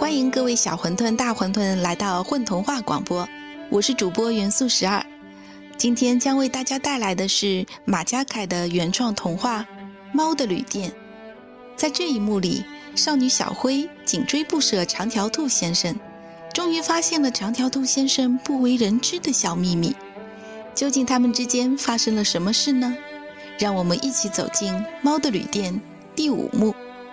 欢迎各位小馄饨大馄饨来到混童话广播，我是主播元素12。今天将为大家带来的是马家凯的原创童话《猫的旅店》。在这一幕里，少女小灰紧追不舍长条兔先生，终于发现了长条兔先生不为人知的小秘密。究竟他们之间发生了什么事呢？让我们一起走进《猫的旅店》第5幕。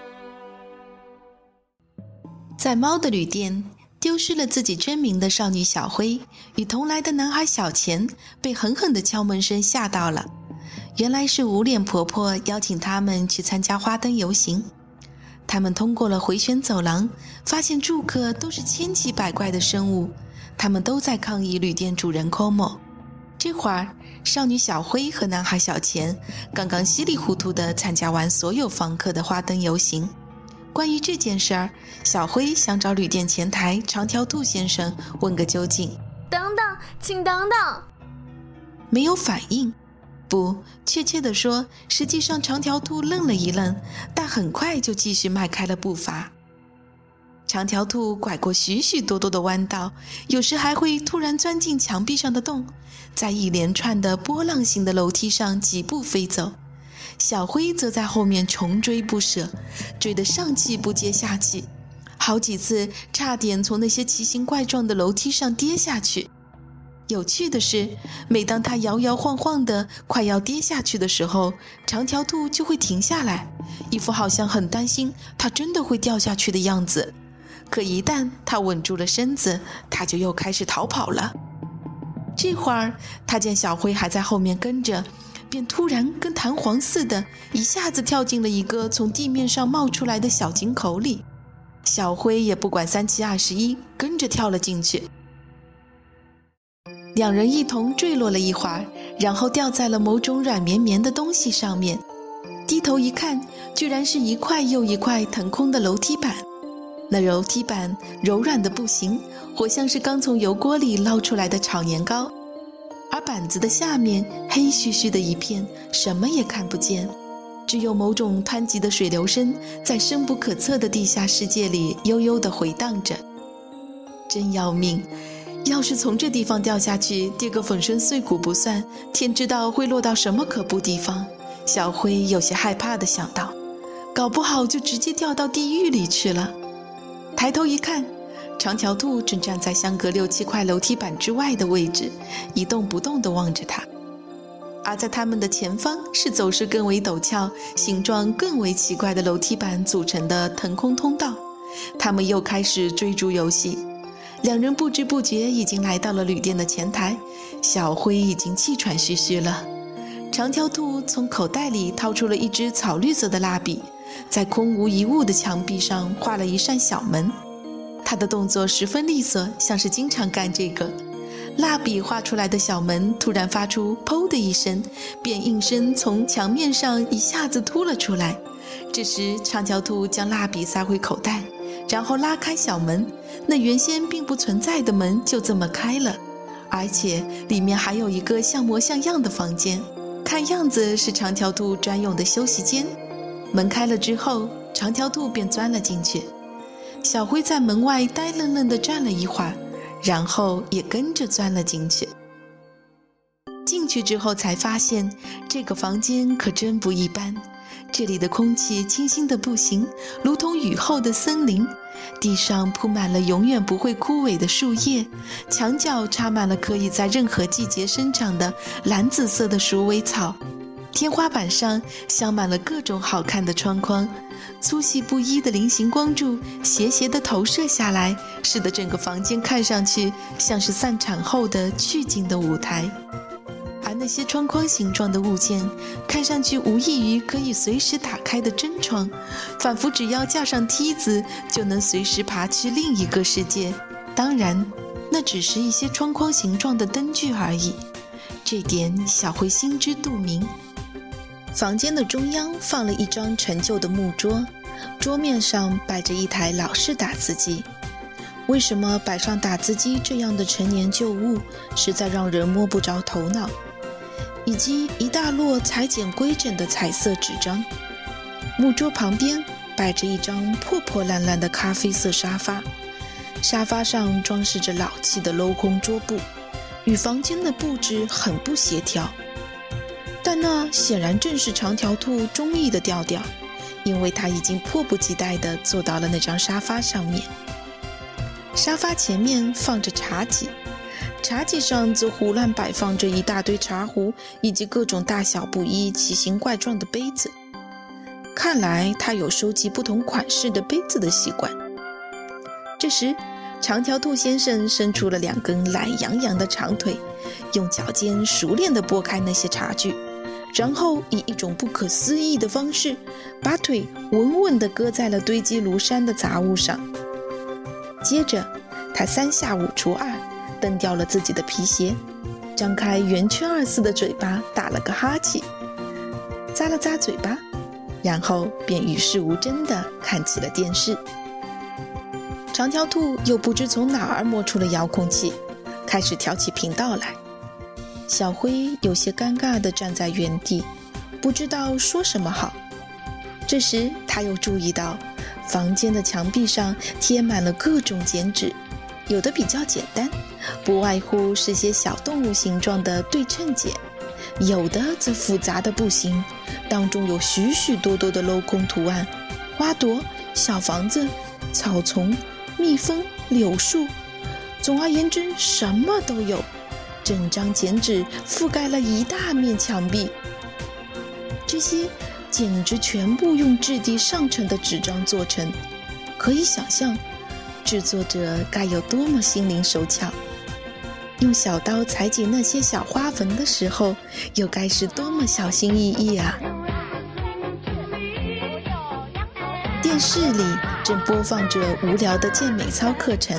在猫的旅店，丢失了自己真名的少女小灰与同来的男孩小钱被狠狠的敲门声吓到了。原来是无脸婆婆邀请他们去参加花灯游行。他们通过了回旋走廊，发现住客都是千奇百怪的生物，他们都在抗议旅店主人 Como。 这会儿，少女小灰和男孩小钱刚刚稀里糊涂地参加完所有房客的花灯游行。关于这件事儿，小灰想找旅店前台长条兔先生问个究竟。 等等，请等等！ 没有反应。不，确切地说，实际上长条兔愣了一愣，但很快就继续迈开了步伐。长条兔拐过许许多多的弯道，有时还会突然钻进墙壁上的洞，在一连串的波浪形的楼梯上疾步飞走。小灰则在后面穷追不舍，追得上气不接下气，好几次差点从那些奇形怪状的楼梯上跌下去。有趣的是，每当他摇摇晃晃的快要跌下去的时候，长条兔就会停下来，一副好像很担心他真的会掉下去的样子。可一旦他稳住了身子，他就又开始逃跑了。这会儿他见小灰还在后面跟着，便突然跟弹簧似的，一下子跳进了一个从地面上冒出来的小井口里。小灰也不管3七21，跟着跳了进去。两人一同坠落了一会儿，然后掉在了某种软绵绵的东西上面。低头一看，居然是一块又一块腾空的楼梯板。那楼梯板柔软的不行，活像是刚从油锅里捞出来的炒年糕。而板子的下面黑黢黢的一片，什么也看不见，只有某种湍急的水流声在深不可测的地下世界里悠悠地回荡着。真要命，要是从这地方掉下去，跌个粉身碎骨不算，天知道会落到什么可怖地方。小灰有些害怕地想到，搞不好就直接掉到地狱里去了。抬头一看，长条兔正站在相隔6、7块楼梯板之外的位置，一动不动地望着他。而在他们的前方是走势更为陡峭、形状更为奇怪的楼梯板组成的腾空通道。他们又开始追逐游戏。两人不知不觉已经来到了旅店的前台，小灰已经气喘吁吁了。长条兔从口袋里掏出了一支草绿色的蜡笔，在空无一物的墙壁上画了一扇小门。他的动作十分利索，像是经常干这个。蜡笔画出来的小门突然发出砰的一声，便应声从墙面上一下子凸了出来。这时长条兔将蜡笔塞回口袋，然后拉开小门，那原先并不存在的门就这么开了，而且里面还有一个像模像样的房间，看样子是长条兔专用的休息间。门开了之后，长条兔便钻了进去。小灰在门外呆愣愣地站了一会儿，然后也跟着钻了进去。进去之后才发现，这个房间可真不一般。这里的空气清新的不行，如同雨后的森林。地上铺满了永远不会枯萎的树叶，墙角插满了可以在任何季节生长的蓝紫色的鼠尾草。天花板上镶满了各种好看的窗框，粗细不一的菱形光柱斜斜地投射下来，使得整个房间看上去像是散场后的去景的舞台。而那些窗框形状的物件看上去无异于可以随时打开的真窗，仿佛只要架上梯子就能随时爬去另一个世界。当然，那只是一些窗框形状的灯具而已，这点小灰心知肚明。房间的中央放了一张陈旧的木桌，桌面上摆着一台老式打字机。为什么摆上打字机这样的陈年旧物，实在让人摸不着头脑。以及一大摞裁剪规整的彩色纸张。木桌旁边摆着一张破破烂烂的咖啡色沙发， 沙发上装饰着老气的镂空桌布，与房间的布置很不协调。但那显然正是长条兔中意的调调，因为他已经迫不及待地坐到了那张沙发上面。沙发前面放着茶几，茶几上则胡乱摆放着一大堆茶壶以及各种大小不一、奇形怪状的杯子。看来他有收集不同款式的杯子的习惯。这时，长条兔先生伸出了2根懒洋洋的长腿，用脚尖熟练地拨开那些茶具，然后以一种不可思议的方式，把腿稳稳地搁在了堆积如山的杂物上。接着，他3下5除2，蹬掉了自己的皮鞋，张开圆圈儿似的嘴巴，打了个哈欠，咂了咂嘴巴，然后便与世无争地看起了电视。长条兔又不知从哪儿摸出了遥控器，开始调起频道来。小灰有些尴尬地站在原地，不知道说什么好。这时他又注意到房间的墙壁上贴满了各种剪纸，有的比较简单，不外乎是些小动物形状的对称剪，有的则复杂的不行，当中有许许多多的镂空图案，花朵、小房子、草丛、蜜蜂、柳树，总而言之什么都有。整张剪纸覆盖了一大面墙壁，这些简直全部用质地上乘的纸张做成，可以想象制作者该有多么心灵手巧，用小刀裁剪那些小花纹的时候又该是多么小心翼翼啊。电视里正播放着无聊的健美操课程。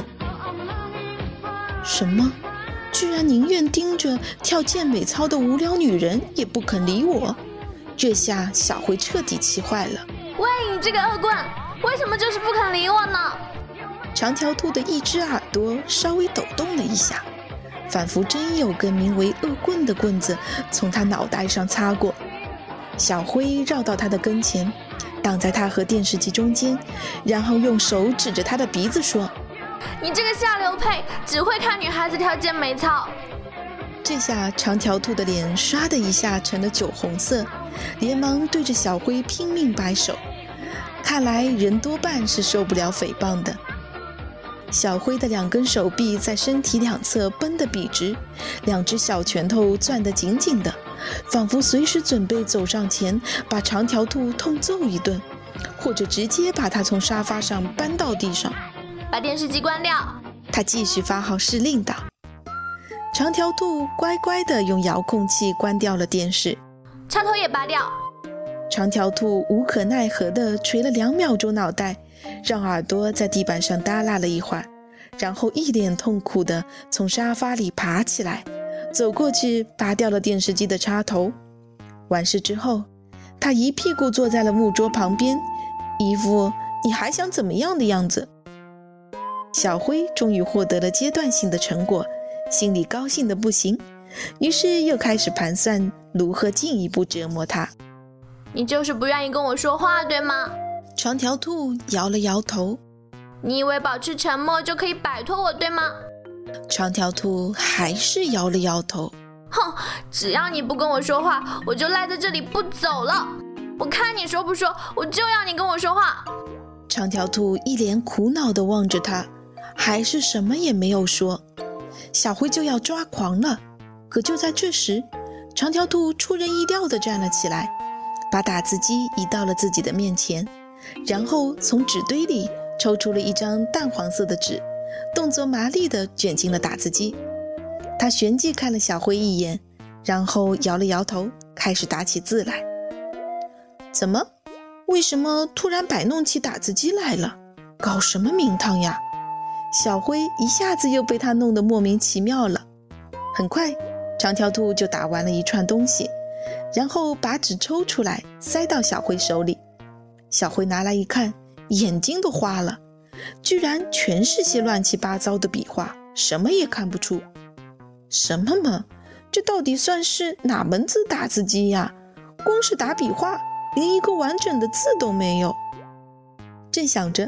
什么？居然宁愿盯着跳健美操的无聊女人也不肯理我，这下小灰彻底气坏了。 喂，你这个恶棍，为什么就是不肯理我呢？ 长条兔的一只耳朵稍微抖动了一下，仿佛真有根名为恶棍的棍子从他脑袋上擦过。小灰绕到他的跟前，挡在他和电视机中间，然后用手指着他的鼻子说： 你这个下流胚，只会看女孩子跳健美操。 这下长条兔的脸唰的一下成了酒红色，连忙对着小灰拼命摆手。看来人多半是受不了诽谤的。小灰的2根手臂在身体两侧绷得笔直，2只小拳头攥得紧紧的，仿佛随时准备走上前把长条兔痛揍一顿，或者直接把它从沙发上搬到地上。 把电视机关掉！ 他继续发号施令道。长条兔乖乖地用遥控器关掉了电视， 插头也拔掉。 长条兔无可奈何地捶了2秒钟脑袋，让耳朵在地板上耷拉了一会儿，然后一脸痛苦地从沙发里爬起来，走过去拔掉了电视机的插头。完事之后，他一屁股坐在了木桌旁边，一副你还想怎么样的样子。小灰终于获得了阶段性的成果，心里高兴得不行，于是又开始盘算如何进一步折磨他。 你就是不愿意跟我说话，对吗？ 长条兔摇了摇头。 你以为保持沉默就可以摆脱我，对吗？ 长条兔还是摇了摇头。 哼，只要你不跟我说话，我就赖在这里不走了。我看你说不说，我就要你跟我说话。 长条兔一脸苦恼地望着他，还是什么也没有说。小灰就要抓狂了，可就在这时，长条兔出人意料地站了起来，把打字机移到了自己的面前，然后从纸堆里抽出了一张淡黄色的纸，动作麻利地卷进了打字机。他旋即看了小灰一眼，然后摇了摇头，开始打起字来。怎么？为什么突然摆弄起打字机来了？搞什么名堂呀？小灰一下子又被他弄得莫名其妙了。很快，长条兔就打完了一串东西，然后把纸抽出来塞到小灰手里。小灰拿来一看，眼睛都花了，居然全是些乱七八糟的笔画，什么也看不出。什么嘛，这到底算是哪门子打字机呀？光是打笔画，连一个完整的字都没有。正想着，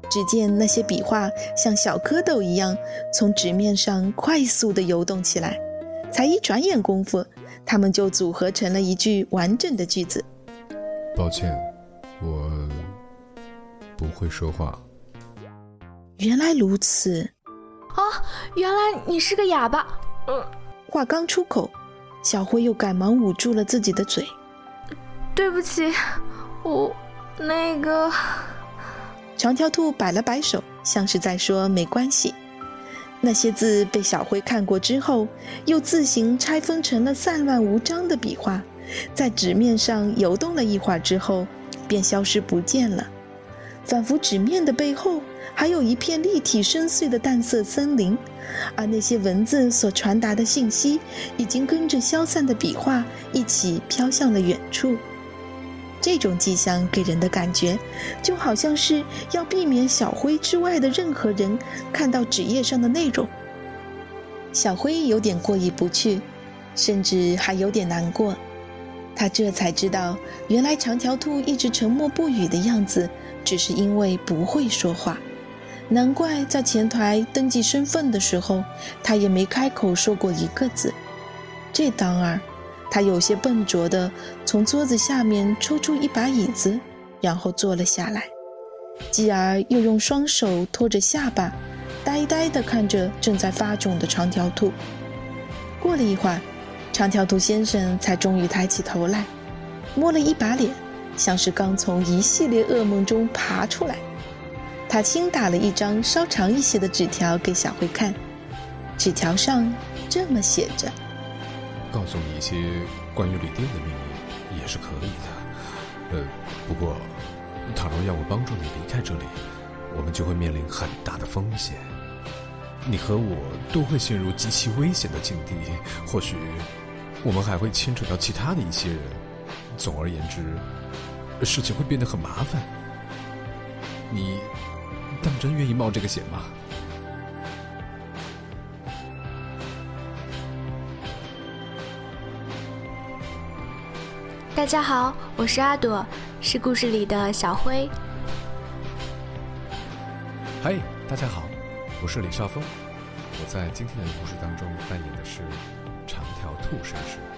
只见那些笔画像小蝌蚪一样从纸面上快速地游动起来，才一转眼功夫，它们就组合成了一句完整的句子。 抱歉，我不会说话。 原来如此。 原来你是个哑巴。 话刚出口，小辉又赶忙捂住了自己的嘴。 对不起，我长条兔摆了摆手，像是在说没关系。那些字被小辉看过之后，又自行拆分成了散乱无章的笔画，在纸面上游动了一会儿之后，便消失不见了，仿佛纸面的背后还有一片立体深邃的淡色森林，而那些文字所传达的信息已经跟着消散的笔画一起飘向了远处。这种迹象给人的感觉就好像是要避免小辉之外的任何人看到纸页上的内容。小辉有点过意不去，甚至还有点难过。他这才知道，原来长条兔一直沉默不语的样子只是因为不会说话，难怪在前台登记身份的时候，他也没开口说过一个字。这当儿，他有些笨拙地从桌子下面抽出一把椅子，然后坐了下来，继而又用双手托着下巴，呆呆地看着正在发肿的长条兔。过了一会儿，长条兔先生才终于抬起头来，摸了一把脸，像是刚从一系列噩梦中爬出来。他轻打了一张稍长一些的纸条给小辉看，纸条上这么写着： 告诉你一些关于旅店的秘密也是可以的，不过倘若要我帮助你离开这里，我们就会面临很大的风险，你和我都会陷入极其危险的境地，或许我们还会牵扯到其他的一些人。总而言之，事情会变得很麻烦。你当真愿意冒这个险吗？ 大家好，我是阿朵，是故事里的小辉。 嗨，大家好，我是李少峰。我在今天的故事当中扮演的是长条兔绅士。